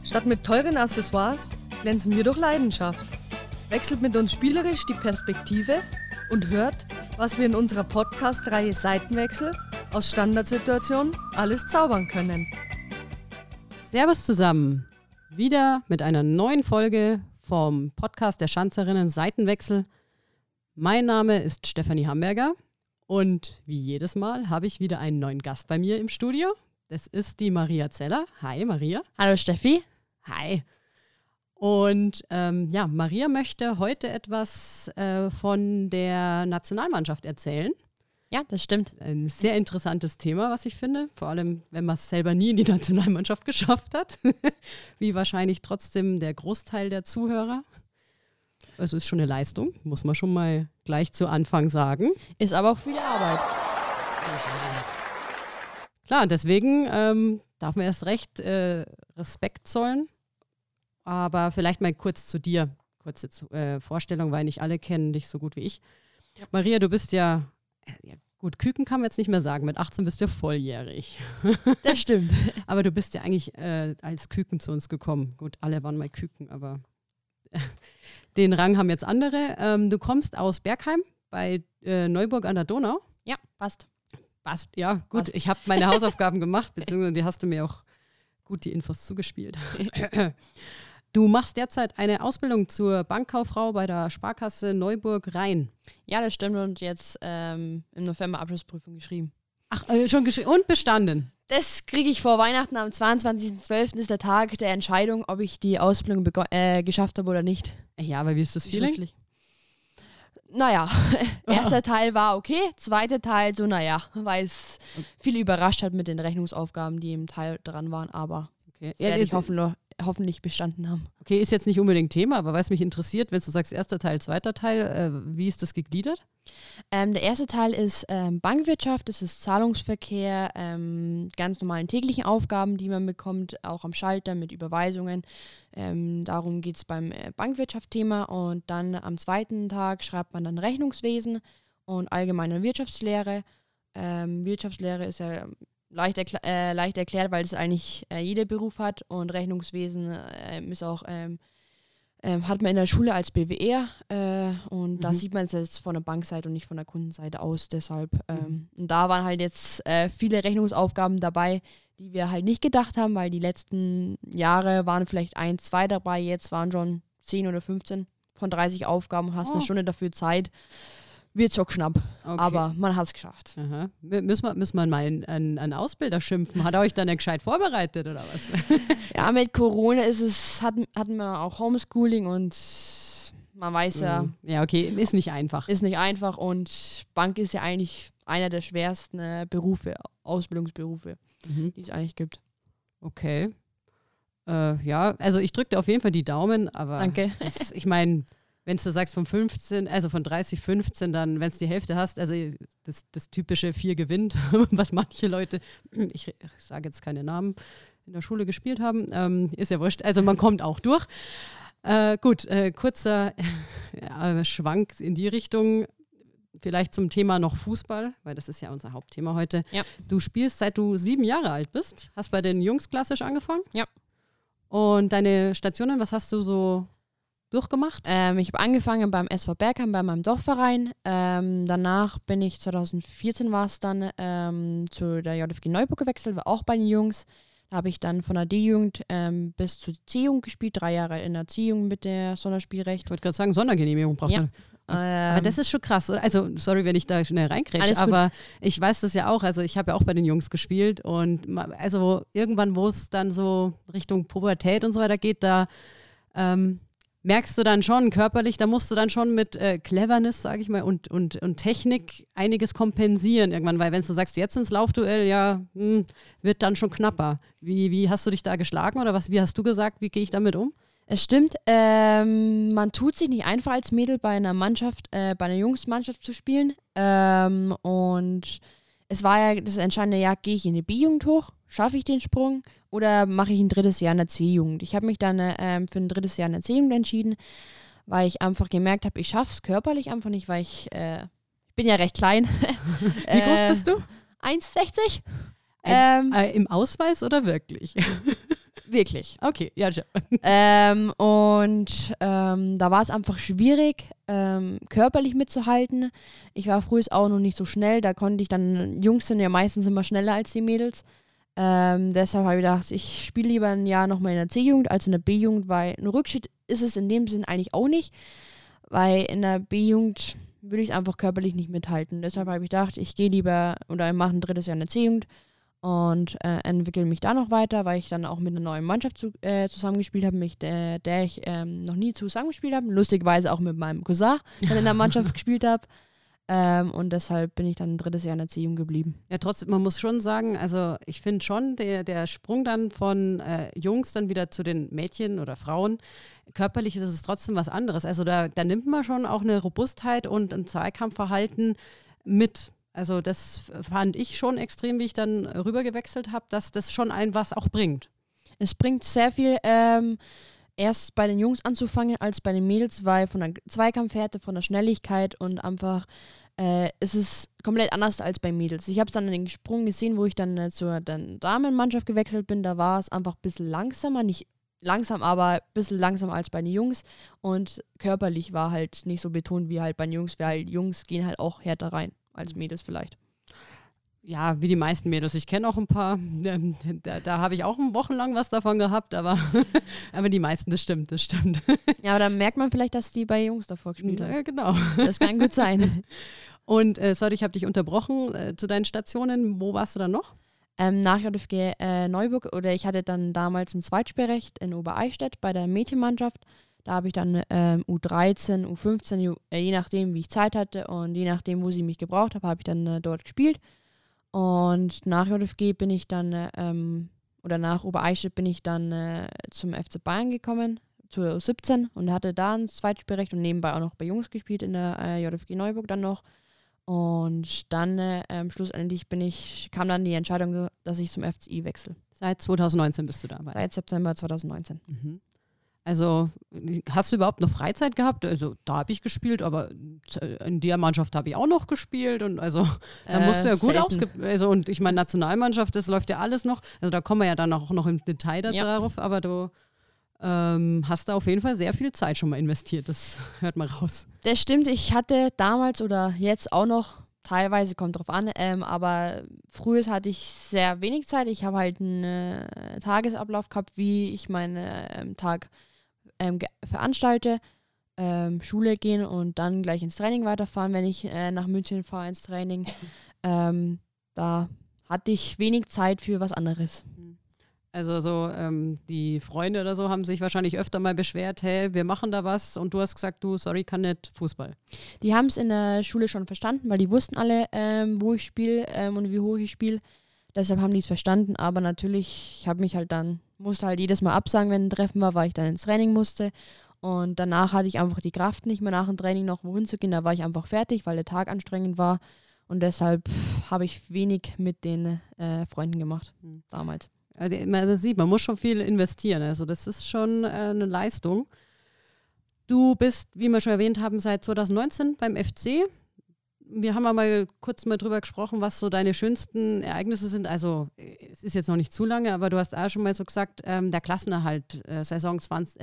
Statt mit teuren Accessoires glänzen wir durch Leidenschaft. Wechselt mit uns spielerisch die Perspektive und hört, was wir in unserer Podcast-Reihe Seitenwechsel aus Standardsituationen alles zaubern können. Servus zusammen, wieder mit einer neuen Folge vom Podcast der Schanzerinnen Seitenwechsel. Mein Name ist Stefanie Hamberger und wie jedes Mal habe ich wieder einen neuen Gast bei mir im Studio. Das ist die Maria Zeller. Hi Maria. Hallo Steffi. Hi. Und Maria möchte heute etwas von der Nationalmannschaft erzählen. Ja, das stimmt. Ein sehr interessantes Thema, was ich finde. Vor allem, wenn man es selber nie in die Nationalmannschaft geschafft hat. Wie wahrscheinlich trotzdem der Großteil der Zuhörer. Also ist schon eine Leistung, muss man schon mal gleich zu Anfang sagen. Ist aber auch viel Arbeit. Klar, deswegen darf man erst recht Respekt zollen. Aber vielleicht mal kurz zu dir. Kurze Vorstellung, weil nicht alle kennen dich so gut wie ich. Ja. Maria, du bist ja gut, Küken kann man jetzt nicht mehr sagen. Mit 18 bist du ja volljährig. Das stimmt. Aber du bist ja eigentlich als Küken zu uns gekommen. Gut, alle waren mal Küken, aber den Rang haben jetzt andere. Du kommst aus Bergheim bei Neuburg an der Donau. Ja, passt. Passt, ja, gut. Ich habe meine Hausaufgaben gemacht, beziehungsweise die hast du mir auch gut die Infos zugespielt. Du machst derzeit eine Ausbildung zur Bankkauffrau bei der Sparkasse Neuburg Rhein. Ja, das stimmt und jetzt im November Abschlussprüfung geschrieben. Ach, schon geschrieben und bestanden? Das kriege ich vor Weihnachten. Am 22.12. ist der Tag der Entscheidung, ob ich die Ausbildung geschafft habe oder nicht. Ja, aber wie ist das Feeling? Naja, erster Teil war okay, zweiter Teil so naja, weil es viele überrascht hat mit den Rechnungsaufgaben, die im Teil dran waren, aber werde ich hoffentlich bestanden haben. Okay, ist jetzt nicht unbedingt Thema, aber weil es mich interessiert, wenn du sagst erster Teil, zweiter Teil, wie ist das gegliedert? Der erste Teil ist Bankwirtschaft, das ist Zahlungsverkehr, ganz normalen täglichen Aufgaben, die man bekommt, auch am Schalter mit Überweisungen. Darum geht es beim Bankwirtschaft-Thema und dann am zweiten Tag schreibt man dann Rechnungswesen und allgemeine Wirtschaftslehre. Wirtschaftslehre ist ja leicht erklärt, weil es eigentlich jeder Beruf hat und Rechnungswesen ist auch hat man in der Schule als BWR und da sieht man es jetzt von der Bankseite und nicht von der Kundenseite aus. Deshalb und da waren halt jetzt viele Rechnungsaufgaben dabei, die wir halt nicht gedacht haben, weil die letzten Jahre waren vielleicht 1, 2 dabei, jetzt waren schon 10 oder 15 von 30 Aufgaben, hast eine Stunde dafür Zeit. Wird so knapp, aber man hat es geschafft. Aha. Müssen wir mal einen Ausbilder schimpfen? Hat er euch dann ja gescheit vorbereitet oder was? Ja, mit Corona hatten wir auch Homeschooling und man weiß ja. Ja, okay, ist nicht einfach. Ist nicht einfach und Bank ist ja eigentlich einer der schwersten Ausbildungsberufe, die es eigentlich gibt. Okay. Ja, also ich drücke dir auf jeden Fall die Daumen, aber danke. Ich meine, wenn du sagst von 30, 15, dann, wenn es die Hälfte hast, also das typische 4 gewinnt, was manche Leute, ich sage jetzt keine Namen, in der Schule gespielt haben, ist ja wurscht. Also man kommt auch durch. Kurzer Schwank in die Richtung, vielleicht zum Thema noch Fußball, weil das ist ja unser Hauptthema heute. Ja. Du spielst, seit du 7 Jahre alt bist, hast bei den Jungs klassisch angefangen. Ja. Und deine Stationen, was hast du so durchgemacht? Ich habe angefangen beim SV Bergheim, bei meinem Dorfverein. Danach bin ich 2014 war es dann zu der JFG Neuburg gewechselt, war auch bei den Jungs. Da habe ich dann von der D-Jugend bis zur C-Jugend gespielt, 3 Jahre in der C-Jugend mit der Sonderspielrecht. Ich wollte gerade sagen, Sondergenehmigung braucht man. Aber das ist schon krass, oder? Also, sorry, wenn ich da schnell reinkrätsche, aber ich weiß das ja auch. Also, ich habe ja auch bei den Jungs gespielt und also irgendwann, wo es dann so Richtung Pubertät und so weiter geht, da merkst du dann schon körperlich, da musst du dann schon mit Cleverness, sage ich mal, und Technik einiges kompensieren irgendwann, weil wenn du sagst, jetzt ins Laufduell, ja, wird dann schon knapper. Wie hast du dich da geschlagen oder wie hast du gesagt, wie gehe ich damit um? Es stimmt, man tut sich nicht einfach als Mädel bei einer Mannschaft, bei einer Jungsmannschaft zu spielen und es war ja das entscheidende Jahr, gehe ich in die B-Jugend hoch, schaffe ich den Sprung oder mache ich ein 3. Jahr in der C-Jugend? Ich habe mich dann für ein 3. Jahr in der C-Jugend entschieden, weil ich einfach gemerkt habe, ich schaffe es körperlich einfach nicht, weil ich bin ja recht klein. Wie groß bist du? 1,60. Im Ausweis oder wirklich? wirklich. Okay, ja, schon. Da war es einfach schwierig, körperlich mitzuhalten. Ich war früher auch noch nicht so schnell, da konnte ich dann, Jungs sind ja meistens immer schneller als die Mädels. Deshalb habe ich gedacht, ich spiele lieber ein Jahr nochmal in der C-Jugend als in der B-Jugend, weil ein Rückschritt ist es in dem Sinn eigentlich auch nicht, weil in der B-Jugend würde ich es einfach körperlich nicht mithalten. Deshalb habe ich gedacht, ich gehe lieber oder mache ein 3. Jahr in der C-Jugend und entwickle mich da noch weiter, weil ich dann auch mit einer neuen Mannschaft zusammengespielt habe, mit der ich noch nie zusammengespielt habe. Lustigerweise auch mit meinem Cousin, der in der Mannschaft gespielt habe. Und deshalb bin ich dann ein 3. Jahr in der C-Jugend geblieben. Ja, trotzdem, man muss schon sagen, also ich finde schon, der Sprung dann von Jungs dann wieder zu den Mädchen oder Frauen, körperlich ist es trotzdem was anderes. Also da nimmt man schon auch eine Robustheit und ein Zweikampfverhalten mit. Also das fand ich schon extrem, wie ich dann rübergewechselt habe, dass das schon ein was auch bringt. Es bringt sehr viel, erst bei den Jungs anzufangen als bei den Mädels, weil von der Zweikampfhärte, von der Schnelligkeit und einfach ist es komplett anders als bei Mädels. Ich habe es dann in den Sprung gesehen, wo ich dann zur Damenmannschaft gewechselt bin, da war es einfach ein bisschen langsamer, nicht langsam, aber ein bisschen langsamer als bei den Jungs und körperlich war halt nicht so betont wie halt bei den Jungs, weil Jungs gehen halt auch härter rein als Mädels vielleicht. Ja, wie die meisten Mädels. Ich kenne auch ein paar, da habe ich auch wochenlang was davon gehabt, aber die meisten, das stimmt. Ja, aber dann merkt man vielleicht, dass die bei Jungs davor gespielt haben. Ja, genau. Das kann gut sein. Und, sorry, ich habe dich unterbrochen zu deinen Stationen. Wo warst du dann noch? Nach JFG Neuburg, oder ich hatte dann damals ein Zweitspielrecht in Obereichstätt bei der Mädchenmannschaft. Da habe ich dann U13, U15, je nachdem, wie ich Zeit hatte und je nachdem, wo sie mich gebraucht habe ich dort gespielt. Und nach JFG bin ich dann, oder nach Obereichstätt bin ich dann zum FC Bayern gekommen, zur U17 und hatte da ein Zweitspielrecht und nebenbei auch noch bei Jungs gespielt in der JFG Neuburg dann noch. Und dann schlussendlich kam dann die Entscheidung, dass ich zum FCI wechsle. Seit 2019 bist du dabei? Seit September 2019. Mhm. Also hast du überhaupt noch Freizeit gehabt? Also da habe ich gespielt, aber in der Mannschaft habe ich auch noch gespielt und also da musst du ja gut und ich meine Nationalmannschaft, das läuft ja alles noch, also da kommen wir ja dann auch noch im Detail darauf, aber du hast da auf jeden Fall sehr viel Zeit schon mal investiert, das hört man raus. Das stimmt, ich hatte damals oder jetzt auch noch, teilweise kommt drauf an, aber früher hatte ich sehr wenig Zeit, ich habe halt einen Tagesablauf gehabt, wie ich meinen Tag veranstalte, Schule gehen und dann gleich ins Training weiterfahren, wenn ich nach München fahre ins Training. Da hatte ich wenig Zeit für was anderes. Also so die Freunde oder so haben sich wahrscheinlich öfter mal beschwert, hey, wir machen da was und du hast gesagt, du, sorry, kann nicht Fußball. Die haben es in der Schule schon verstanden, weil die wussten alle, wo ich spiele und wie hoch ich spiele. Deshalb haben die es verstanden, aber natürlich, musste halt jedes Mal absagen, wenn ein Treffen war, weil ich dann ins Training musste. Und danach hatte ich einfach die Kraft nicht mehr nach dem Training noch wohin zu gehen. Da war ich einfach fertig, weil der Tag anstrengend war. Und deshalb habe ich wenig mit den Freunden gemacht damals. Man sieht, man muss schon viel investieren. Also das ist schon eine Leistung. Du bist, wie wir schon erwähnt haben, seit 2019 beim FC. Wir haben mal kurz drüber gesprochen, was so deine schönsten Ereignisse sind. Also es ist jetzt noch nicht zu lange, aber du hast auch schon mal so gesagt, der Klassenerhalt Saison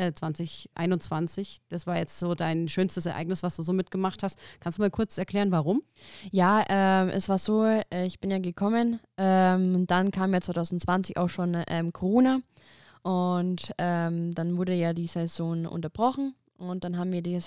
2021, das war jetzt so dein schönstes Ereignis, was du so mitgemacht hast. Kannst du mal kurz erklären, warum? Ja, es war so, ich bin ja gekommen, dann kam ja 2020 auch schon Corona und dann wurde ja die Saison unterbrochen. Und dann haben wir die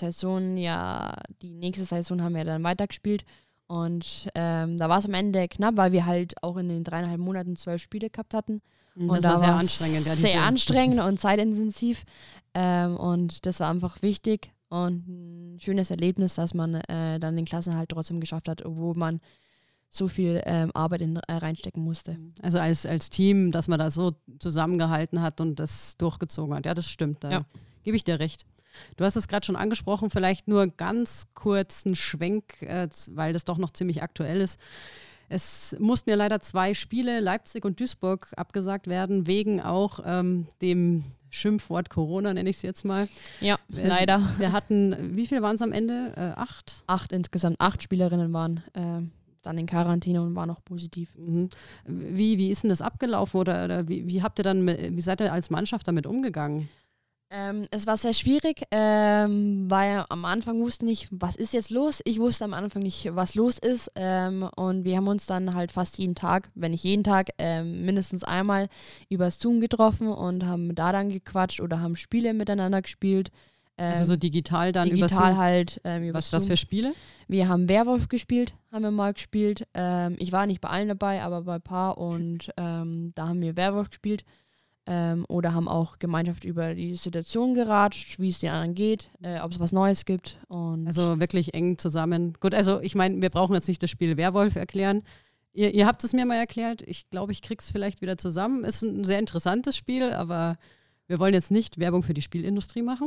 nächste Saison haben wir dann weitergespielt. Und da war es am Ende knapp, weil wir halt auch in den 3,5 Monaten 12 Spiele gehabt hatten. Und das war sehr anstrengend. Ja, sehr anstrengend und zeitintensiv. Und das war einfach wichtig und ein schönes Erlebnis, dass man dann den Klassenerhalt trotzdem geschafft hat, obwohl man so viel Arbeit reinstecken musste. Also als Team, dass man da so zusammengehalten hat und das durchgezogen hat. Ja, das stimmt. Da gebe ich dir recht. Du hast es gerade schon angesprochen, vielleicht nur ganz kurz einen Schwenk, weil das doch noch ziemlich aktuell ist. Es mussten ja leider 2 Spiele, Leipzig und Duisburg, abgesagt werden, wegen auch dem Schimpfwort Corona, nenne ich es jetzt mal. Ja, leider. Wir hatten, wie viel waren es am Ende? 8? 8 insgesamt, 8 Spielerinnen waren dann in Quarantäne und war noch positiv. Mhm. Wie ist denn das abgelaufen oder wie habt ihr dann, wie seid ihr als Mannschaft damit umgegangen? Es war sehr schwierig, weil am Anfang wusste nicht, was ist jetzt los. Ich wusste am Anfang nicht, was los ist. Und wir haben uns dann halt fast jeden Tag, wenn nicht jeden Tag, mindestens einmal über Zoom getroffen und haben da dann gequatscht oder haben Spiele miteinander gespielt. Also so digital dann über Zoom. Digital halt. Was für Spiele? Wir haben Werwolf gespielt, haben wir mal gespielt. Ich war nicht bei allen dabei, aber bei ein paar. Und da haben wir Werwolf gespielt. Oder haben auch Gemeinschaft über die Situation geratscht, wie es den anderen geht, ob es was Neues gibt. Und also wirklich eng zusammen. Gut, also ich meine, wir brauchen jetzt nicht das Spiel Werwolf erklären. Ihr habt es mir mal erklärt. Ich glaube, ich krieg's vielleicht wieder zusammen. Ist ein sehr interessantes Spiel, aber wir wollen jetzt nicht Werbung für die Spielindustrie machen.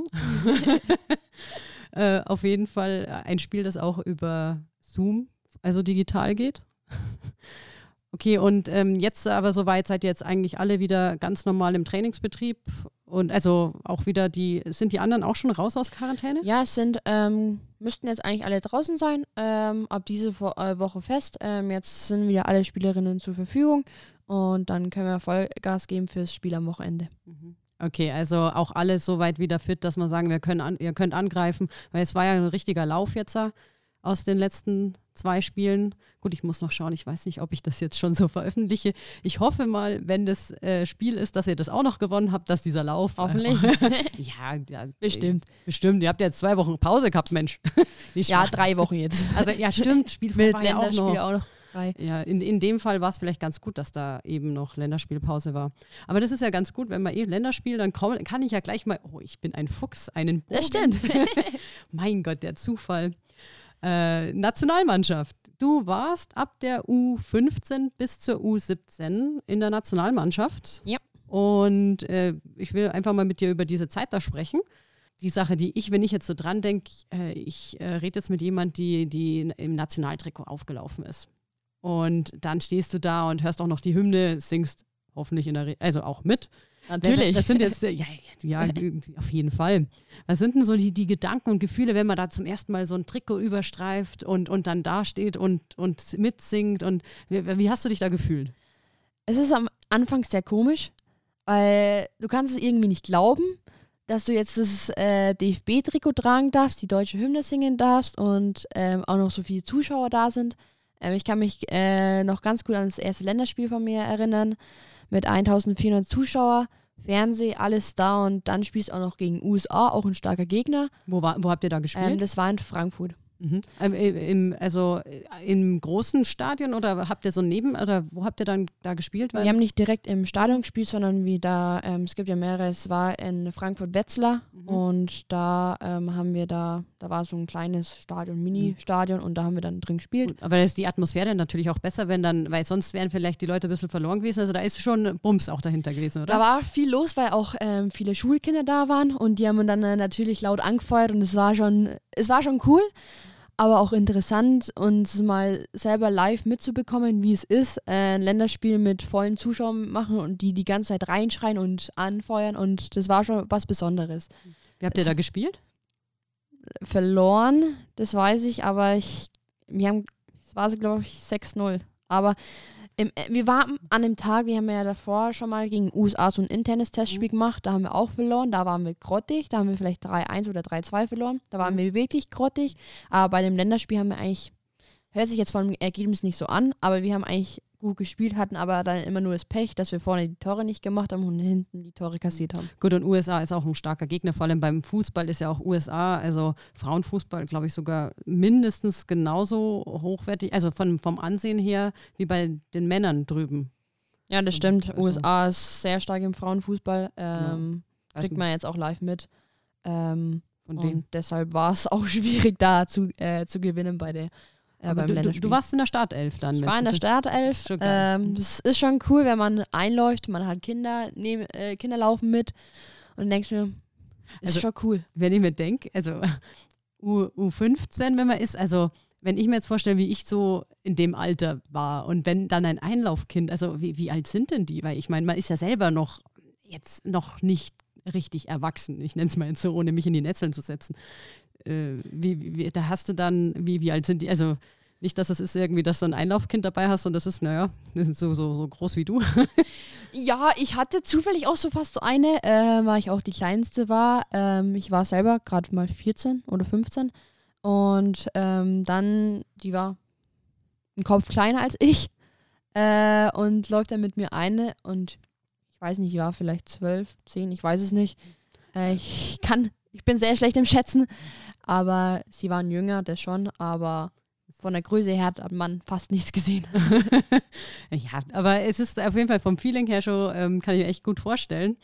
Auf jeden Fall ein Spiel, das auch über Zoom, also digital geht. Okay, und jetzt aber soweit seid ihr jetzt eigentlich alle wieder ganz normal im Trainingsbetrieb und also auch wieder sind die anderen auch schon raus aus Quarantäne? Ja, es müssten jetzt eigentlich alle draußen sein, ab diese Woche fest. Jetzt sind wieder alle Spielerinnen zur Verfügung und dann können wir Vollgas geben fürs Spiel am Wochenende. Okay, also auch alles soweit wieder fit, dass man sagen, ihr könnt angreifen, weil es war ja ein richtiger Lauf jetzt aus den letzten 2 Spielen. Gut, ich muss noch schauen, ich weiß nicht, ob ich das jetzt schon so veröffentliche. Ich hoffe mal, wenn das Spiel ist, dass ihr das auch noch gewonnen habt, dass dieser Lauf... Hoffentlich. Ja, bestimmt. Bestimmt, ihr habt ja jetzt 2 Wochen Pause gehabt, Mensch. Ja, 3 Wochen jetzt. Also ja, stimmt, Spiel mit Länderspiel auch noch. Ja, in dem Fall war es vielleicht ganz gut, dass da eben noch Länderspielpause war. Aber das ist ja ganz gut, wenn man Länderspiel, dann kann ich ja gleich mal, ich bin ein Fuchs, einen Bogen. Das stimmt. Mein Gott, der Zufall. Nationalmannschaft. Du warst ab der U15 bis zur U17 in der Nationalmannschaft. Ja. Und ich will einfach mal mit dir über diese Zeit da sprechen. Die Sache, wenn ich jetzt so dran denke, ich rede jetzt mit jemand, die im Nationaltrikot aufgelaufen ist. Und dann stehst du da und hörst auch noch die Hymne, singst hoffentlich also auch mit. Natürlich. Das sind jetzt, ja, auf jeden Fall. Was sind denn so die Gedanken und Gefühle, wenn man da zum ersten Mal so ein Trikot überstreift und dann da steht und mitsingt? Und wie hast du dich da gefühlt? Es ist am Anfang sehr komisch, weil du kannst es irgendwie nicht glauben, dass du jetzt das DFB-Trikot tragen darfst, die deutsche Hymne singen darfst und auch noch so viele Zuschauer da sind. Ich kann mich noch ganz gut an das erste Länderspiel von mir erinnern, mit 1400 Zuschauer, Fernseh, alles da und dann spielst du auch noch gegen USA, auch ein starker Gegner. Wo habt ihr da gespielt? Das war in Frankfurt. Mhm. Im großen Stadion oder habt ihr so oder wo habt ihr dann da gespielt? Wir haben nicht direkt im Stadion gespielt, sondern es gibt ja mehrere, es war in Frankfurt-Wetzlar und da da war so ein kleines Stadion, Mini-Stadion und da haben wir dann drin gespielt. Gut, aber da ist die Atmosphäre natürlich auch besser, weil sonst wären vielleicht die Leute ein bisschen verloren gewesen, also da ist schon Bums auch dahinter gewesen, oder? Da war viel los, weil auch viele Schulkinder da waren und die haben dann natürlich laut angefeuert und es war schon cool. Aber auch interessant, uns mal selber live mitzubekommen, wie es ist, ein Länderspiel mit vollen Zuschauern machen und die ganze Zeit reinschreien und anfeuern und das war schon was Besonderes. Wie habt ihr da gespielt? Verloren, das weiß ich, aber es war so, glaube ich, 6-0. Aber wir waren an dem Tag, wir haben ja davor schon mal gegen USA so ein internes Testspiel gemacht, da haben wir auch verloren, da waren wir grottig, da haben wir vielleicht 3-1 oder 3-2 verloren, da waren wir wirklich grottig, aber bei dem Länderspiel haben wir eigentlich, hört sich jetzt vom Ergebnis nicht so an, aber wir haben eigentlich gut gespielt, hatten aber dann immer nur das Pech, dass wir vorne die Tore nicht gemacht haben und hinten die Tore kassiert haben. Gut, und USA ist auch ein starker Gegner, vor allem beim Fußball ist ja auch USA, also Frauenfußball, glaube ich, sogar mindestens genauso hochwertig, also vom Ansehen her, wie bei den Männern drüben. Ja, das stimmt. Also, USA ist sehr stark im Frauenfußball, kriegt man jetzt auch live mit. Und deshalb war es auch schwierig, da zu gewinnen bei der aber du warst in der Startelf dann? Ich war in der Startelf. Das ist schon cool, wenn man einläuft, man hat Kinder laufen mit und denkst mir, ist schon cool. Wenn ich mir denke, also U15, wenn man ist, also wenn ich mir jetzt vorstelle, wie ich so in dem Alter war und wenn dann ein Einlaufkind, also wie alt sind denn die? Weil ich meine, man ist ja selber noch nicht richtig erwachsen, ich nenne es mal jetzt so, ohne mich in die Netzeln zu setzen. Da hast du dann, wie alt sind die? Also Nicht, dass es ist irgendwie, dass du ein Einlaufkind dabei hast und das ist, so groß wie du. Ja, ich hatte zufällig auch so fast so eine, weil ich auch die Kleinste war. Ich war selber gerade mal 14 oder 15 und dann, die war einen Kopf kleiner als ich und läuft dann mit mir eine und ich weiß nicht, ich war vielleicht 12, 10, ich weiß es nicht. Ich bin sehr schlecht im Schätzen, aber sie waren jünger, das schon, aber von der Größe her hat man fast nichts gesehen. Ja, aber es ist auf jeden Fall vom Feeling her schon, kann ich mir echt gut vorstellen.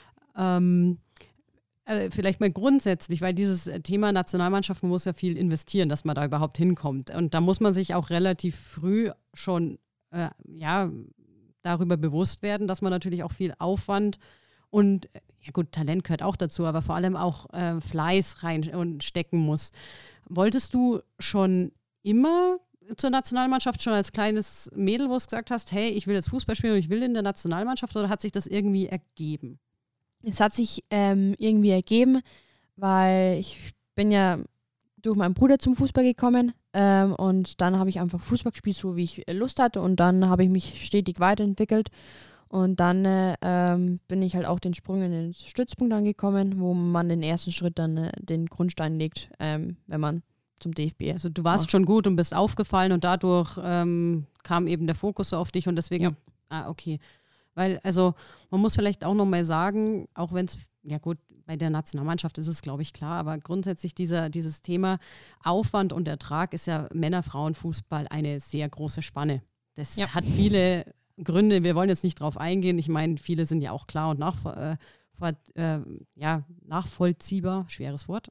Vielleicht mal grundsätzlich, weil dieses Thema Nationalmannschaft, man muss ja viel investieren, dass man da überhaupt hinkommt. Und da muss man sich auch relativ früh schon darüber bewusst werden, dass man natürlich auch viel Aufwand und ja gut, Talent gehört auch dazu, aber vor allem auch Fleiß rein und stecken muss. Wolltest du schon immer zur Nationalmannschaft, schon als kleines Mädel, wo du gesagt hast, hey, ich will jetzt Fußball spielen und ich will in der Nationalmannschaft, oder hat sich das irgendwie ergeben? Es hat sich irgendwie ergeben, weil ich bin ja durch meinen Bruder zum Fußball gekommen und dann habe ich einfach Fußball gespielt, so wie ich Lust hatte, und dann habe ich mich stetig weiterentwickelt und dann bin ich halt auch den Sprung in den Stützpunkt angekommen, wo man den ersten Schritt dann den Grundstein legt, wenn man zum DFB. Also du warst schon gut und bist aufgefallen und dadurch kam eben der Fokus so auf dich und deswegen, okay. Weil, also man muss vielleicht auch nochmal sagen, auch wenn es, ja gut, bei der Nationalmannschaft ist es, glaube ich, klar, aber grundsätzlich dieses Thema Aufwand und Ertrag ist ja Männer-Frauen-Fußball eine sehr große Spanne. Das hat viele Gründe, wir wollen jetzt nicht drauf eingehen. Ich meine, viele sind ja auch klar und nachvollziehbar, schweres Wort.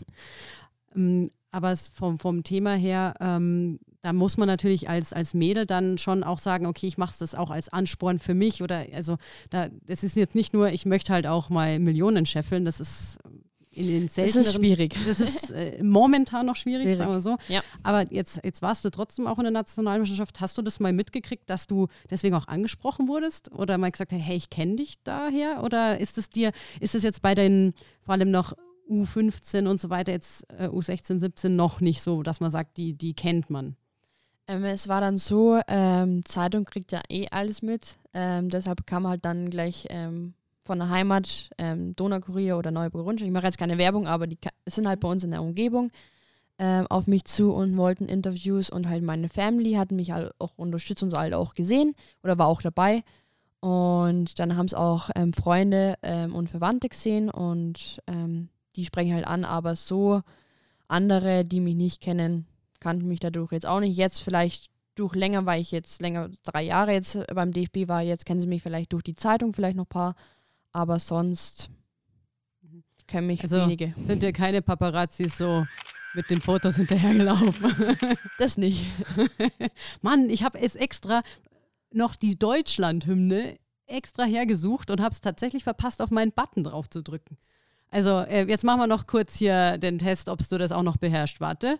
Aber vom Thema her, da muss man natürlich als Mädel dann schon auch sagen, okay, ich mache das auch als Ansporn für mich, oder also das ist jetzt nicht nur, ich möchte halt auch mal Millionen scheffeln, das ist in den selteneren... Das ist schwierig. Das ist momentan noch schwierig, sagen wir so. Ja. Aber jetzt warst du trotzdem auch in der Nationalmannschaft. Hast du das mal mitgekriegt, dass du deswegen auch angesprochen wurdest oder mal gesagt hast, hey, ich kenne dich daher, oder ist es jetzt bei deinen, vor allem noch U15 und so weiter, jetzt U16, 17 noch nicht so, dass man sagt, die kennt man? Es war dann so, Zeitung kriegt ja alles mit, deshalb kam halt dann gleich von der Heimat, Donaukurier oder Neuburger Rundschau, ich mache jetzt keine Werbung, aber die sind halt bei uns in der Umgebung auf mich zu und wollten Interviews, und halt meine Family hatten mich halt auch unterstützt und so halt auch gesehen oder war auch dabei. Und dann haben es auch Freunde und Verwandte gesehen und die sprechen halt an, aber so andere, die mich nicht kennen, kannten mich dadurch jetzt auch nicht. Jetzt vielleicht durch länger, weil ich jetzt 3 Jahre jetzt beim DFB war, jetzt kennen sie mich vielleicht durch die Zeitung, vielleicht noch ein paar, aber sonst kennen mich wenige. Sind ja keine Paparazzis so mit den Fotos hinterhergelaufen? Das nicht. Mann, ich habe es extra noch die Deutschland-Hymne extra hergesucht und habe es tatsächlich verpasst, auf meinen Button drauf zu drücken. Also jetzt machen wir noch kurz hier den Test, ob du das auch noch beherrschst. Warte.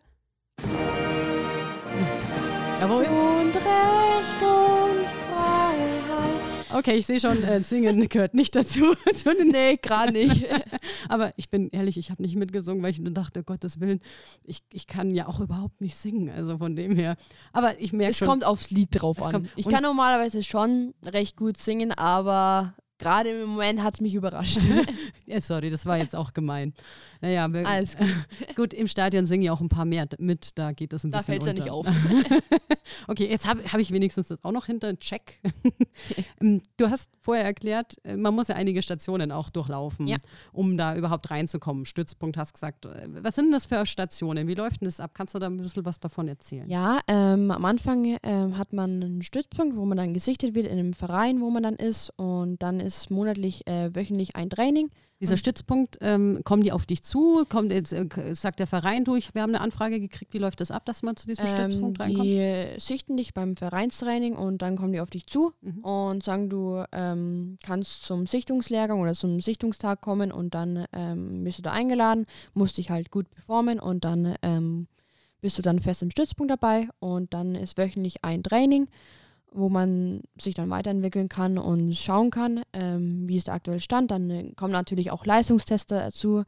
Jawohl. Und Recht und Freiheit. Okay, ich sehe schon, Singen gehört nicht dazu. Nee, gerade nicht. Aber ich bin ehrlich, ich habe nicht mitgesungen, weil ich nur dachte, Gottes Willen, ich kann ja auch überhaupt nicht singen. Also von dem her. Aber ich merke schon. Es kommt aufs Lied drauf an. Ich kann normalerweise schon recht gut singen, aber gerade im Moment hat es mich überrascht. Ja, sorry, das war jetzt auch gemein. Naja, alles gut, im Stadion singen ja auch ein paar mehr mit, da geht das ein bisschen unter. Da fällt es ja nicht auf. Okay, jetzt hab ich wenigstens das auch noch hinter Check. Du hast vorher erklärt, man muss ja einige Stationen auch durchlaufen, um da überhaupt reinzukommen. Stützpunkt hast gesagt. Was sind das für Stationen? Wie läuft denn das ab? Kannst du da ein bisschen was davon erzählen? Ja, am Anfang hat man einen Stützpunkt, wo man dann gesichtet wird in einem Verein, wo man dann ist, und dann ist monatlich, wöchentlich ein Training. Dieser Stützpunkt, kommen die auf dich zu? Sagt der Verein durch, wir haben eine Anfrage gekriegt, wie läuft das ab, dass man zu diesem Stützpunkt reinkommt? Die sichten dich beim Vereinstraining und dann kommen die auf dich zu und sagen, du kannst zum Sichtungslehrgang oder zum Sichtungstag kommen, und dann bist du da eingeladen, musst dich halt gut performen, und dann bist du dann fest im Stützpunkt dabei, und dann ist wöchentlich ein Training, wo man sich dann weiterentwickeln kann und schauen kann, wie ist der aktuelle Stand. Dann kommen natürlich auch Leistungstester dazu,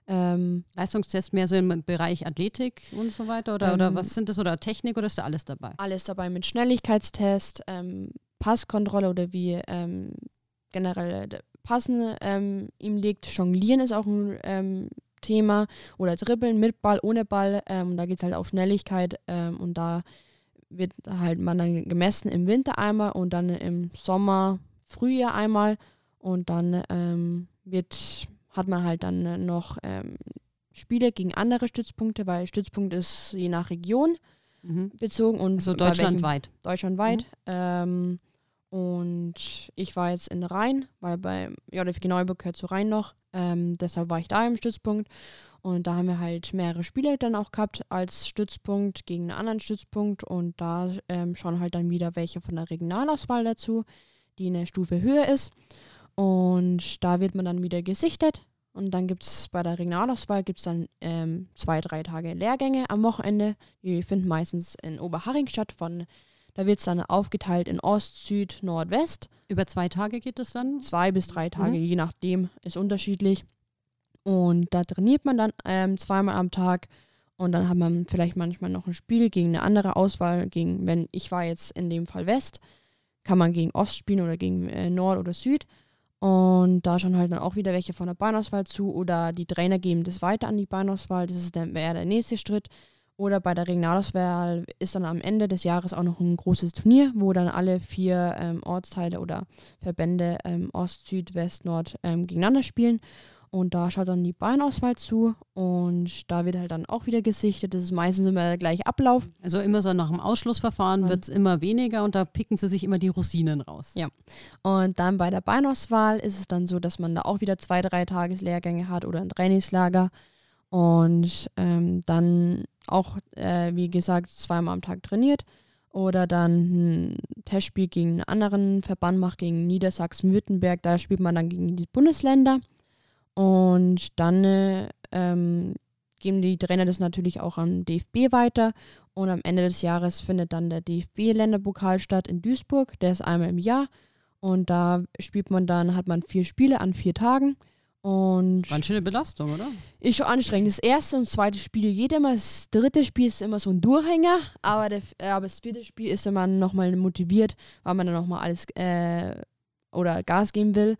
Leistungstest mehr so im Bereich Athletik und so weiter oder was sind das, oder Technik, oder ist da alles dabei? Alles dabei mit Schnelligkeitstest, Passkontrolle oder wie generell Passen ihm liegt. Jonglieren ist auch ein Thema, oder Dribbeln mit Ball, ohne Ball. Da geht es halt auf Schnelligkeit und da wird halt man dann gemessen im Winter einmal und dann im Sommer, Frühjahr einmal und dann hat man halt dann noch Spiele gegen andere Stützpunkte, weil Stützpunkt ist je nach Region bezogen. Und also deutschlandweit. Deutschlandweit. Und ich war jetzt in Rhein, weil bei JFG Neuburg gehört zu Rhein noch. Deshalb war ich da im Stützpunkt. Und da haben wir halt mehrere Spiele dann auch gehabt als Stützpunkt gegen einen anderen Stützpunkt. Und da schauen halt dann wieder welche von der Regionalauswahl dazu, die eine Stufe höher ist. Und da wird man dann wieder gesichtet. Und dann gibt es bei der Regionalauswahl 2-3 Tage Lehrgänge am Wochenende. Die finden meistens in Oberhaching statt. Da wird es dann aufgeteilt in Ost, Süd, Nord, West. Über 2 Tage geht es dann? 2 bis 3 Tage, je nachdem, ist unterschiedlich. Und da trainiert man dann 2-mal am Tag. Und dann hat man vielleicht manchmal noch ein Spiel gegen eine andere Auswahl. Wenn ich war jetzt in dem Fall West, kann man gegen Ost spielen oder gegen Nord oder Süd. Und da schauen halt dann auch wieder welche von der Bahnauswahl zu oder die Trainer geben das weiter an die Bahnauswahl. Das ist dann eher der nächste Schritt. Oder bei der Regionalauswahl ist dann am Ende des Jahres auch noch ein großes Turnier, wo dann alle 4 Ortsteile oder Verbände Ost, Süd, West, Nord gegeneinander spielen. Und da schaut dann die Bahnauswahl zu und da wird halt dann auch wieder gesichtet. Das ist meistens immer der gleiche Ablauf. Also immer so nach dem Ausschlussverfahren wird es immer weniger und da picken sie sich immer die Rosinen raus. Ja. Und dann bei der Bahnauswahl ist es dann so, dass man da auch wieder 2-3 Tageslehrgänge hat oder ein Trainingslager und dann auch, wie gesagt, 2-mal am Tag trainiert oder dann ein Testspiel gegen einen anderen Verband macht, gegen Niedersachsen-Württemberg. Da spielt man dann gegen die Bundesländer. Und dann geben die Trainer das natürlich auch am DFB weiter. Und am Ende des Jahres findet dann der DFB-Länderpokal statt in Duisburg. Der ist einmal im Jahr. Und da hat man 4 Spiele an 4 Tagen. Und war eine schöne Belastung, oder? Ist schon anstrengend. Das erste und zweite Spiel geht immer. Das dritte Spiel ist immer so ein Durchhänger. Aber das vierte Spiel ist immer nochmal motiviert, weil man dann nochmal alles oder Gas geben will.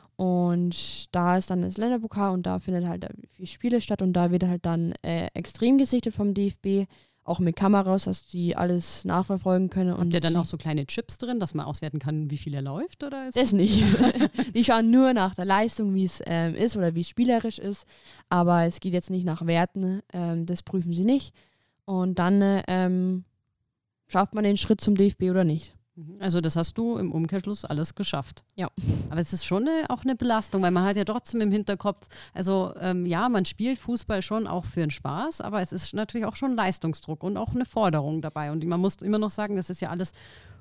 Und da ist dann das Länderpokal und da findet halt 4 Spiele statt und da wird halt dann extrem gesichtet vom DFB, auch mit Kameras, dass die alles nachverfolgen können. Habt ihr dann auch so kleine Chips drin, dass man auswerten kann, wie viel er läuft? Oder ist das nicht. Die schauen nur nach der Leistung, wie es ist oder wie es spielerisch ist, aber es geht jetzt nicht nach Werten, das prüfen sie nicht. Und dann schafft man den Schritt zum DFB oder nicht. Also das hast du im Umkehrschluss alles geschafft. Ja. Aber es ist schon auch eine Belastung, weil man hat ja trotzdem im Hinterkopf, also ja, man spielt Fußball schon auch für den Spaß, aber es ist natürlich auch schon Leistungsdruck und auch eine Forderung dabei. Und man muss immer noch sagen, das ist ja alles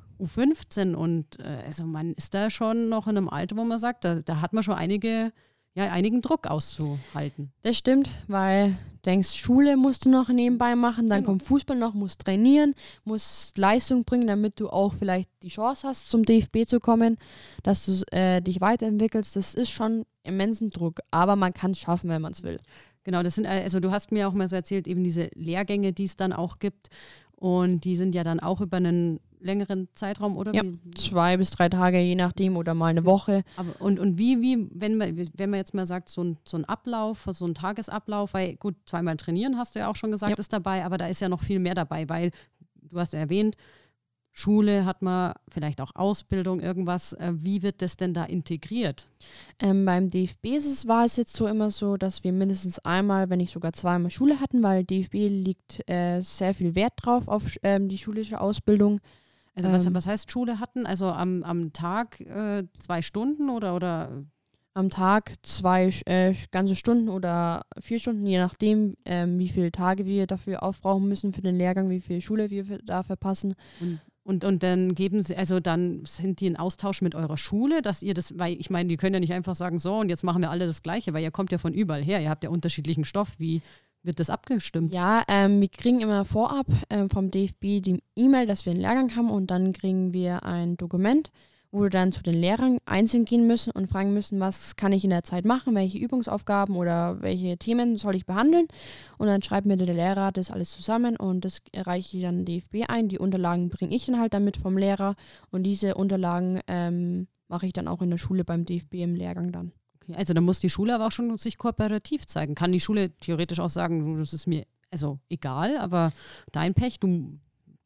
U15 und also man ist da schon noch in einem Alter, wo man sagt, da hat man schon einigen Druck auszuhalten. Das stimmt, weil du denkst, Schule musst du noch nebenbei machen, dann kommt Fußball noch, musst trainieren, musst Leistung bringen, damit du auch vielleicht die Chance hast, zum DFB zu kommen, dass du dich weiterentwickelst. Das ist schon immensen Druck, aber man kann es schaffen, wenn man es will. Genau, das sind, also du hast mir auch mal so erzählt, eben diese Lehrgänge, die es dann auch gibt und die sind ja dann auch über einen längeren Zeitraum, oder? Ja, 2 bis 3 Tage, je nachdem, oder mal eine Woche. Aber und wie, wenn man jetzt mal sagt, so ein Ablauf, so ein Tagesablauf, weil gut, 2-mal trainieren, hast du ja auch schon gesagt, ist dabei, aber da ist ja noch viel mehr dabei, weil du hast ja erwähnt, Schule hat man, vielleicht auch Ausbildung, irgendwas. Wie wird das denn da integriert? Beim DFB war es jetzt so immer so, dass wir mindestens einmal, wenn nicht sogar 2-mal Schule hatten, weil DFB liegt sehr viel Wert drauf auf die schulische Ausbildung. Also was heißt Schule hatten? Also am Tag 2 Stunden oder? Am Tag 2 ganze Stunden oder 4 Stunden, je nachdem, wie viele Tage wir dafür aufbrauchen müssen für den Lehrgang, wie viel Schule wir da verpassen. Und dann geben sie, also dann sind die in Austausch mit eurer Schule, dass ihr das, weil ich meine, die können ja nicht einfach sagen, so und jetzt machen wir alle das Gleiche, weil ihr kommt ja von überall her, ihr habt ja unterschiedlichen Stoff, wie wird das abgestimmt? Ja, wir kriegen immer vorab vom DFB die E-Mail, dass wir einen Lehrgang haben und dann kriegen wir ein Dokument, wo wir dann zu den Lehrern einzeln gehen müssen und fragen müssen, was kann ich in der Zeit machen, welche Übungsaufgaben oder welche Themen soll ich behandeln. Und dann schreibt mir der Lehrer das alles zusammen und das reiche ich dann DFB ein. Die Unterlagen bringe ich dann halt damit vom Lehrer und diese Unterlagen mache ich dann auch in der Schule beim DFB im Lehrgang dann. Okay, also da muss die Schule aber auch schon sich kooperativ zeigen. Kann die Schule theoretisch auch sagen, das ist mir also egal, aber dein Pech, du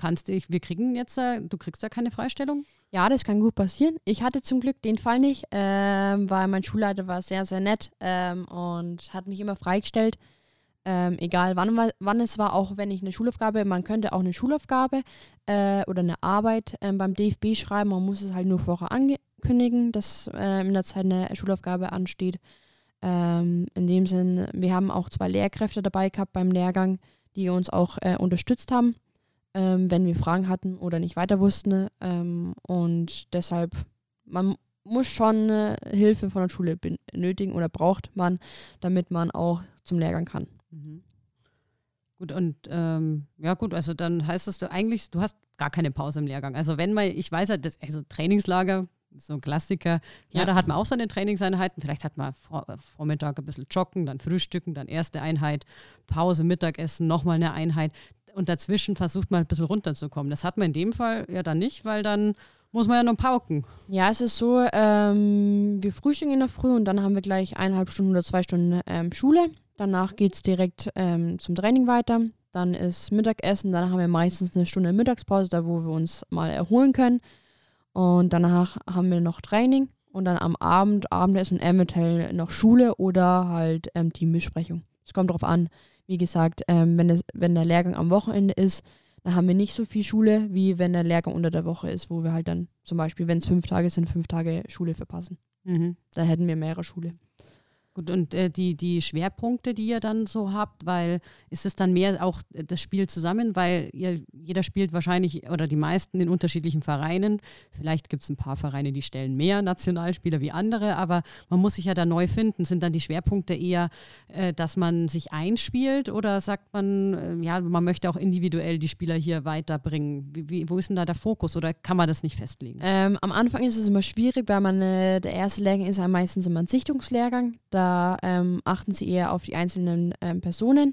kriegst da keine Freistellung? Ja, das kann gut passieren. Ich hatte zum Glück den Fall nicht, weil mein Schulleiter war sehr, sehr nett und hat mich immer freigestellt. Egal wann es war, auch wenn ich eine Schulaufgabe, man könnte auch eine Schulaufgabe oder eine Arbeit beim DFB schreiben, man muss es halt nur vorher ankündigen, dass in der Zeit eine Schulaufgabe ansteht. In dem Sinn, wir haben auch 2 Lehrkräfte dabei gehabt beim Lehrgang, die uns auch unterstützt haben, wenn wir Fragen hatten oder nicht weiter wussten. Und deshalb, man muss schon Hilfe von der Schule benötigen oder braucht man, damit man auch zum Lehrgang kann. Mhm. Gut, und also dann heißt es eigentlich, du hast gar keine Pause im Lehrgang. Also ich weiß halt, also Trainingslager, so ein Klassiker, ja, da hat man auch seine Trainingseinheiten, vielleicht hat man Vormittag ein bisschen joggen, dann frühstücken, dann erste Einheit, Pause, Mittagessen, nochmal eine Einheit und dazwischen versucht man ein bisschen runterzukommen. Das hat man in dem Fall ja dann nicht, weil dann muss man ja noch pauken. Ja, es ist so, wir frühstücken in der Früh und dann haben wir gleich 1,5 Stunden oder 2 Stunden Schule. Danach geht es direkt zum Training weiter. Dann ist Mittagessen, dann haben wir meistens eine Stunde Mittagspause, da wo wir uns mal erholen können. Und danach haben wir noch Training und dann am Abend Abendessen, eventuell noch Schule oder halt Teambesprechung. Es kommt darauf an, wie gesagt, wenn der Lehrgang am Wochenende ist, dann haben wir nicht so viel Schule, wie wenn der Lehrgang unter der Woche ist, wo wir halt dann zum Beispiel, wenn es 5 Tage sind, 5 Tage Schule verpassen. Mhm. Da hätten wir mehrere Schule. Gut, und die Schwerpunkte, die ihr dann so habt, weil ist es dann mehr auch das Spiel zusammen, weil jeder spielt wahrscheinlich oder die meisten in unterschiedlichen Vereinen. Vielleicht gibt es ein paar Vereine, die stellen mehr Nationalspieler wie andere, aber man muss sich ja da neu finden. Sind dann die Schwerpunkte eher, dass man sich einspielt oder sagt man, man möchte auch individuell die Spieler hier weiterbringen? Wo ist denn da der Fokus oder kann man das nicht festlegen? Am Anfang ist es immer schwierig, weil der erste Lehrgang ist ja meistens immer ein Sichtungslehrgang. Da achten sie eher auf die einzelnen Personen,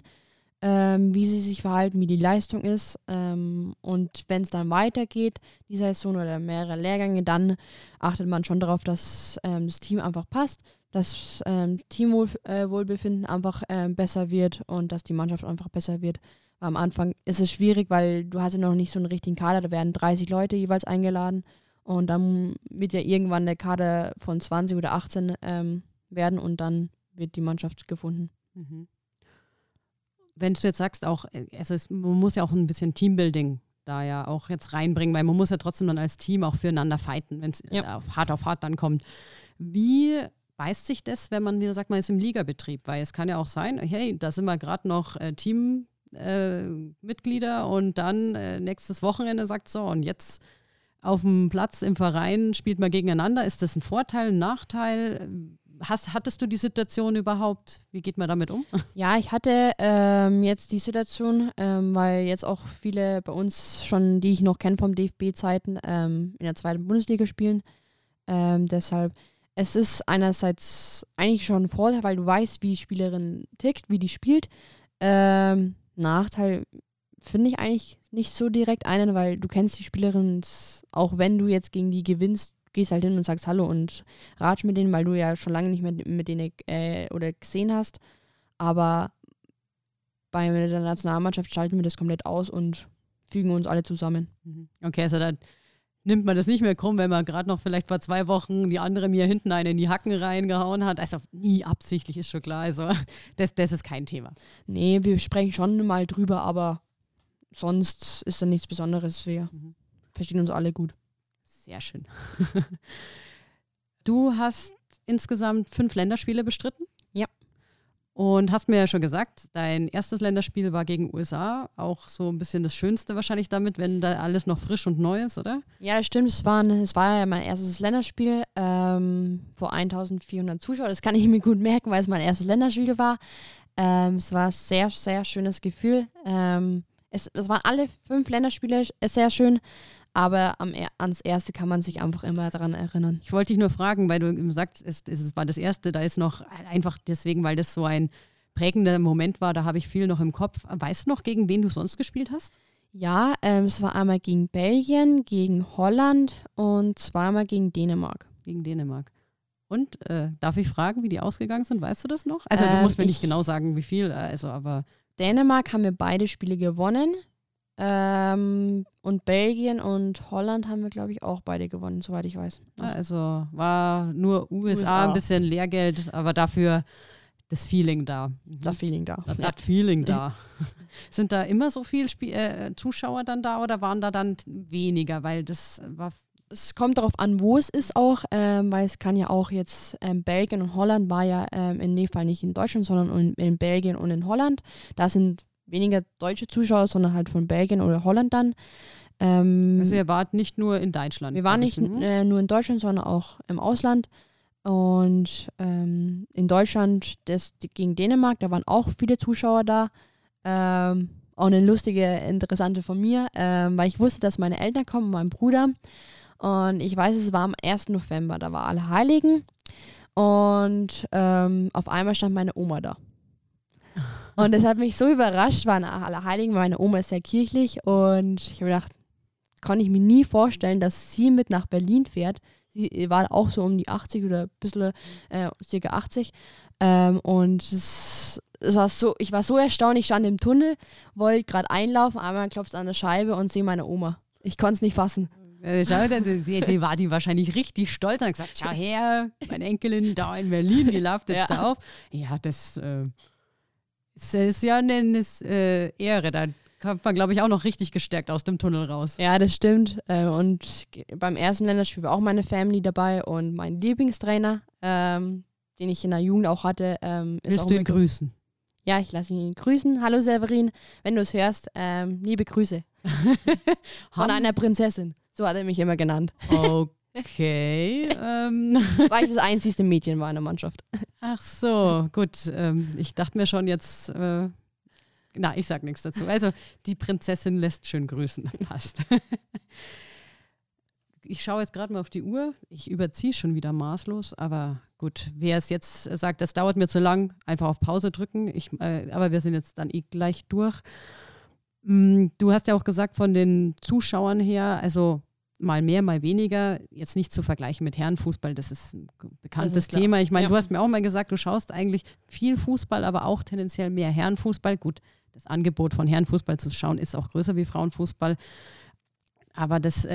wie sie sich verhalten, wie die Leistung ist. Und wenn es dann weitergeht, die Saison oder mehrere Lehrgänge, dann achtet man schon darauf, dass das Team einfach passt, dass Teamwohlbefinden einfach besser wird und dass die Mannschaft einfach besser wird. Weil am Anfang ist es schwierig, weil du hast ja noch nicht so einen richtigen Kader, da werden 30 Leute jeweils eingeladen und dann wird ja irgendwann der Kader von 20 oder 18 werden und dann wird die Mannschaft gefunden. Mhm. Wenn du jetzt sagst, auch, man muss ja auch ein bisschen Teambuilding da ja auch jetzt reinbringen, weil man muss ja trotzdem dann als Team auch füreinander fighten, wenn es auf hart dann kommt. Wie beißt sich das, wenn man wieder sagt, man ist im Ligabetrieb? Weil es kann ja auch sein, hey, da sind wir gerade noch Teammitglieder und dann nächstes Wochenende sagt so, und jetzt auf dem Platz im Verein spielt man gegeneinander. Ist das ein Vorteil, ein Nachteil? Hattest du die Situation überhaupt? Wie geht man damit um? Ja, ich hatte jetzt die Situation, weil jetzt auch viele bei uns schon, die ich noch kenne vom DFB-Zeiten, in der 2. Bundesliga spielen. Deshalb, es ist einerseits eigentlich schon ein Vorteil, weil du weißt, wie die Spielerin tickt, wie die spielt. Nachteil finde ich eigentlich nicht so direkt einen, weil du kennst die Spielerin, auch wenn du jetzt gegen die gewinnst, gehst halt hin und sagst Hallo und ratsch mit denen, weil du ja schon lange nicht mehr mit denen oder gesehen hast. Aber bei der Nationalmannschaft schalten wir das komplett aus und fügen uns alle zusammen. Okay, also da nimmt man das nicht mehr krumm, wenn man gerade noch vielleicht vor 2 Wochen die andere mir hinten eine in die Hacken reingehauen hat. Also nie absichtlich, ist schon klar. Also das ist kein Thema. Nee, wir sprechen schon mal drüber, aber sonst ist da nichts Besonderes. Wir verstehen uns alle gut. Sehr schön. Du hast insgesamt 5 Länderspiele bestritten? Ja. Und hast mir ja schon gesagt, dein erstes Länderspiel war gegen USA. Auch so ein bisschen das Schönste wahrscheinlich damit, wenn da alles noch frisch und neu ist, oder? Ja, das stimmt. Es war ja mein erstes Länderspiel vor 1400 Zuschauern. Das kann ich mir gut merken, weil es mein erstes Länderspiel war. Es war ein sehr, sehr schönes Gefühl. Es waren alle 5 Länderspiele sehr schön. aber ans erste kann man sich einfach immer daran erinnern. Ich wollte dich nur fragen, weil du sagst, es war das erste, da ist noch einfach deswegen, weil das so ein prägender Moment war, da habe ich viel noch im Kopf. Weißt du noch, gegen wen du sonst gespielt hast? Ja, es war einmal gegen Belgien, gegen Holland und zweimal gegen Dänemark. Gegen Dänemark. Und darf ich fragen, wie die ausgegangen sind? Weißt du das noch? Also du musst mir nicht genau sagen, wie viel, aber... Dänemark haben wir beide Spiele gewonnen. Und Belgien und Holland haben wir, glaube ich, auch beide gewonnen, soweit ich weiß. Also war nur USA. Ein bisschen Lehrgeld, aber dafür das Feeling da. Das Feeling da. Das Feeling da. Sind da immer so viele Zuschauer dann da oder waren da dann weniger? Weil das war... Es kommt darauf an, wo es ist auch, weil es kann ja auch jetzt Belgien und Holland war ja in dem Fall nicht in Deutschland, sondern in Belgien und in Holland. Da sind weniger deutsche Zuschauer, sondern halt von Belgien oder Holland dann. Also ihr wart nicht nur in Deutschland? Wir waren nicht nur in Deutschland, sondern auch im Ausland. Und in Deutschland gegen Dänemark, da waren auch viele Zuschauer da. Auch eine lustige, interessante von mir, weil ich wusste, dass meine Eltern kommen, mein Bruder. Und ich weiß, es war am 1. November, da war Allerheiligen. Und auf einmal stand meine Oma da. Und das hat mich so überrascht, war nach Allerheiligen, meine Oma ist sehr kirchlich und ich habe gedacht, kann ich mir nie vorstellen, dass sie mit nach Berlin fährt. Sie war auch so um die 80 oder ein bisschen, circa 80. Und es war so, ich war so erstaunt, ich stand im Tunnel, wollte gerade einlaufen, einmal klopft es an der Scheibe und sehe meine Oma. Ich konnte es nicht fassen. Schau, die war wahrscheinlich richtig stolz und hat gesagt, schau her, meine Enkelin da in Berlin, die läuft jetzt da auf. Ja, das ist ja eine Ehre, da kommt man, glaube ich, auch noch richtig gestärkt aus dem Tunnel raus. Ja, das stimmt. Und beim ersten Länderspiel war auch meine Family dabei und mein Lieblingstrainer, den ich in der Jugend auch hatte. Willst du ihn grüßen? Ja, ich lasse ihn grüßen. Hallo Severin, wenn du es hörst, liebe Grüße. Von einer Prinzessin. So hat er mich immer genannt. Okay. Weil ich das einzigste Mädchen war in der Mannschaft. Ach so, gut. Ich dachte mir schon jetzt, ich sag nichts dazu. Also, die Prinzessin lässt schön grüßen. Passt. Ich schaue jetzt gerade mal auf die Uhr. Ich überziehe schon wieder maßlos, aber gut. Wer es jetzt sagt, das dauert mir zu lang, einfach auf Pause drücken. Aber wir sind jetzt dann gleich durch. Du hast ja auch gesagt, von den Zuschauern her, also mal mehr, mal weniger, jetzt nicht zu vergleichen mit Herrenfußball, das ist ein bekanntes Thema. Ich meine, Du hast mir auch mal gesagt, du schaust eigentlich viel Fußball, aber auch tendenziell mehr Herrenfußball. Gut, das Angebot von Herrenfußball zu schauen ist auch größer wie Frauenfußball. Aber das,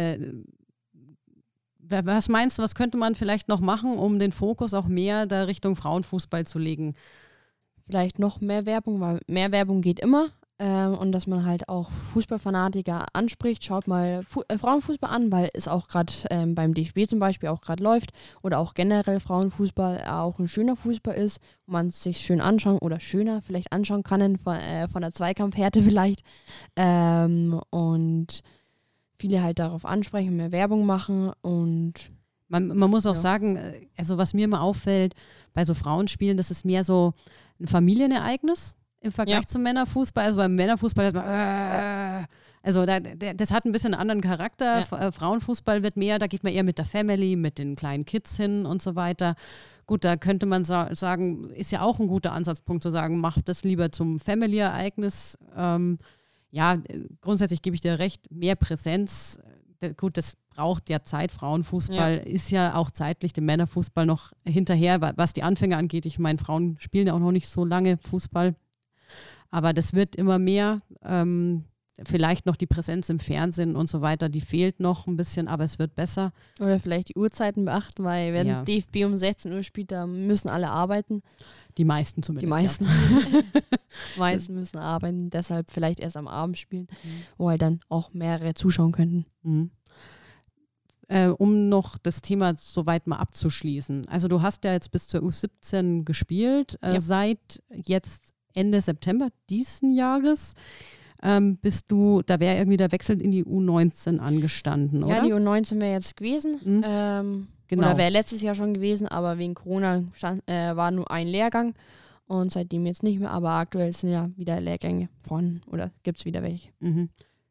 was meinst du, was könnte man vielleicht noch machen, um den Fokus auch mehr da Richtung Frauenfußball zu legen? Vielleicht noch mehr Werbung, weil mehr Werbung geht immer. Und dass man halt auch Fußballfanatiker anspricht, schaut mal Frauenfußball an, weil es auch gerade beim DFB zum Beispiel auch gerade läuft oder auch generell Frauenfußball auch ein schöner Fußball ist, wo man sich schön anschauen oder schöner vielleicht anschauen kann von der Zweikampfhärte vielleicht und viele halt darauf ansprechen, mehr Werbung machen und man muss auch sagen, also was mir immer auffällt bei so Frauenspielen, das ist mehr so ein Familienereignis im Vergleich zum Männerfußball. Also beim Männerfußball hat man, das hat ein bisschen einen anderen Charakter. Ja. Frauenfußball wird mehr, da geht man eher mit der Family, mit den kleinen Kids hin und so weiter. Gut, da könnte man sagen, ist ja auch ein guter Ansatzpunkt zu sagen, macht das lieber zum Family-Ereignis. Grundsätzlich gebe ich dir recht, mehr Präsenz. Gut, das braucht ja Zeit. Frauenfußball ist ja auch zeitlich dem Männerfußball noch hinterher, was die Anfänge angeht. Ich meine, Frauen spielen ja auch noch nicht so lange Fußball. Aber das wird immer mehr. Vielleicht noch die Präsenz im Fernsehen und so weiter, die fehlt noch ein bisschen, aber es wird besser. Oder vielleicht die Uhrzeiten beachten, weil wenn das DFB um 16 Uhr spielt, da müssen alle arbeiten. Die meisten zumindest. Die meisten. Die meisten müssen arbeiten, deshalb vielleicht erst am Abend spielen, wo halt dann auch mehrere zuschauen könnten. Mhm. Um noch das Thema soweit mal abzuschließen. Also du hast ja jetzt bis zur U17 gespielt, seit jetzt Ende September diesen Jahres bist du, da wäre irgendwie der Wechsel in die U19 angestanden, oder? Ja, die U19 wäre jetzt gewesen. Genau. Oder wäre letztes Jahr schon gewesen, aber wegen Corona war nur ein Lehrgang und seitdem jetzt nicht mehr, aber aktuell sind ja wieder Lehrgänge vorhanden oder gibt es wieder welche. Mhm.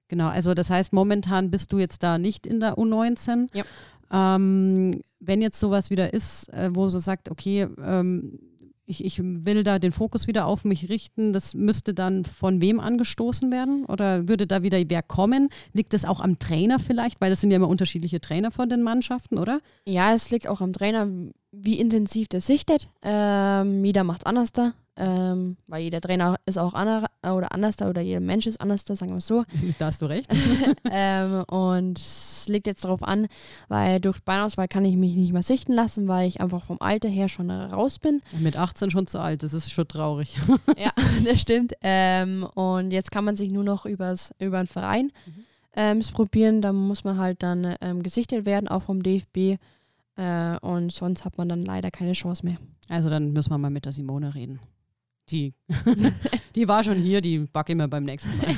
Genau, also das heißt, momentan bist du jetzt da nicht in der U19. Ja. Wenn jetzt sowas wieder ist, wo so sagt, okay, ich will da den Fokus wieder auf mich richten, das müsste dann von wem angestoßen werden? Oder würde da wieder wer kommen? Liegt das auch am Trainer vielleicht? Weil das sind ja immer unterschiedliche Trainer von den Mannschaften, oder? Ja, es liegt auch am Trainer, wie intensiv der sichtet. Jeder macht es anders da. Weil jeder Trainer ist auch anders da oder jeder Mensch ist anders da, sagen wir es so. Da hast du recht. Und es liegt jetzt darauf an, weil durch Beinauswahl kann ich mich nicht mehr sichten lassen, weil ich einfach vom Alter her schon raus bin. Mit 18 schon zu alt, das ist schon traurig. Ja, das stimmt. Und jetzt kann man sich nur noch über einen Verein probieren. Da muss man halt dann gesichtet werden, auch vom DFB. Und sonst hat man dann leider keine Chance mehr. Also dann müssen wir mal mit der Simone reden. Die war schon hier, die backe ich mir beim nächsten Mal.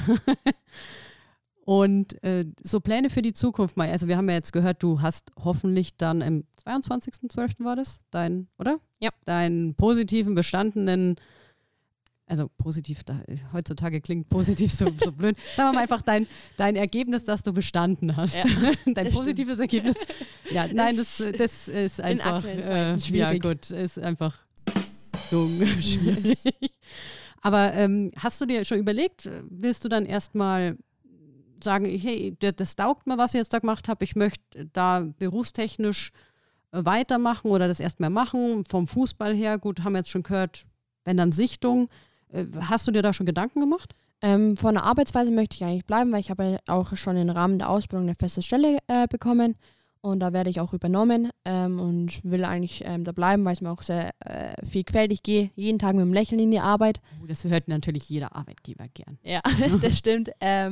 Und so Pläne für die Zukunft mal. Also wir haben ja jetzt gehört, du hast hoffentlich dann im 22.12. war das, deinen positiven, bestandenen, also positiv, heutzutage klingt positiv so blöd. Sagen wir mal einfach dein Ergebnis, das du bestanden hast. Ja, dein positives Ergebnis. Ja, nein, das ist einfach schwierig. Ja gut, ist einfach schwierig. Aber hast du dir schon überlegt, willst du dann erstmal sagen, hey, das taugt mir, was ich jetzt da gemacht habe, ich möchte da berufstechnisch weitermachen oder das erstmal machen, vom Fußball her, gut, haben wir jetzt schon gehört, wenn dann Sichtung. Hast du dir da schon Gedanken gemacht? Von der Arbeitsweise möchte ich eigentlich bleiben, weil ich habe auch schon im Rahmen der Ausbildung eine feste Stelle bekommen. Und da werde ich auch übernommen und will eigentlich da bleiben, weil es mir auch sehr viel gefällt. Ich gehe jeden Tag mit einem Lächeln in die Arbeit. Das hört natürlich jeder Arbeitgeber gern. Ja, das stimmt.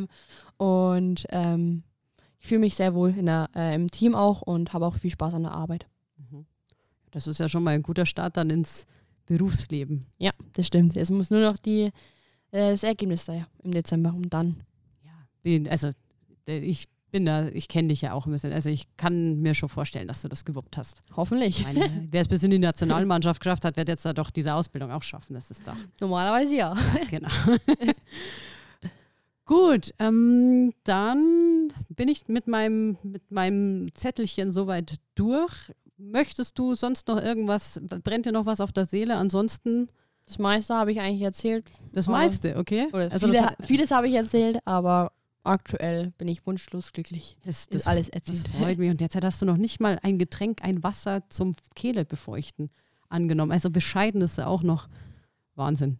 Ich fühle mich sehr wohl im Team auch und habe auch viel Spaß an der Arbeit. Das ist ja schon mal ein guter Start dann ins Berufsleben. Ja, das stimmt. Es muss nur noch das Ergebnis da im Dezember und dann. Ja, also ich kenne dich ja auch ein bisschen. Also ich kann mir schon vorstellen, dass du das gewuppt hast. Hoffentlich. Wer es bis in die Nationalmannschaft geschafft hat, wird jetzt da doch diese Ausbildung auch schaffen. Das ist doch. Normalerweise ja. Genau. Gut, dann bin ich mit meinem Zettelchen soweit durch. Möchtest du sonst noch irgendwas, brennt dir noch was auf der Seele? Ansonsten? Das meiste habe ich eigentlich erzählt. Das meiste, okay. Also vieles habe ich erzählt, aber aktuell bin ich wunschlos glücklich. Das ist alles erzählt. Das freut mich. Und derzeit hast du noch nicht mal ein Getränk, ein Wasser zum Kehle befeuchten angenommen. Also bescheiden ist ja auch noch Wahnsinn.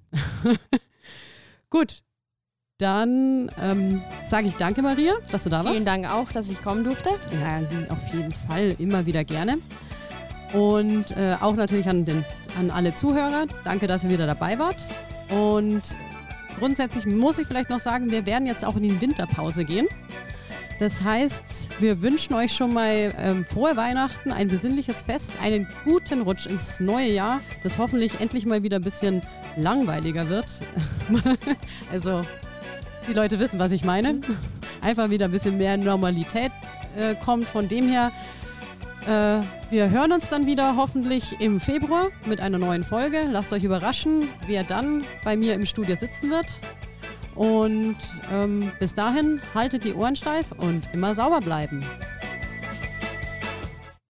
Gut, dann sage ich danke, Maria, dass du da warst. Vielen Dank auch, dass ich kommen durfte. Ja, auf jeden Fall, immer wieder gerne. Und auch natürlich an alle Zuhörer. Danke, dass ihr wieder dabei wart. Und grundsätzlich muss ich vielleicht noch sagen, wir werden jetzt auch in die Winterpause gehen. Das heißt, wir wünschen euch schon mal frohe Weihnachten, ein besinnliches Fest, einen guten Rutsch ins neue Jahr, das hoffentlich endlich mal wieder ein bisschen langweiliger wird. Also, die Leute wissen, was ich meine. Einfach wieder ein bisschen mehr Normalität kommt. Von dem her, wir hören uns dann wieder hoffentlich im Februar mit einer neuen Folge. Lasst euch überraschen, wer dann bei mir im Studio sitzen wird. Und bis dahin, haltet die Ohren steif und immer sauber bleiben.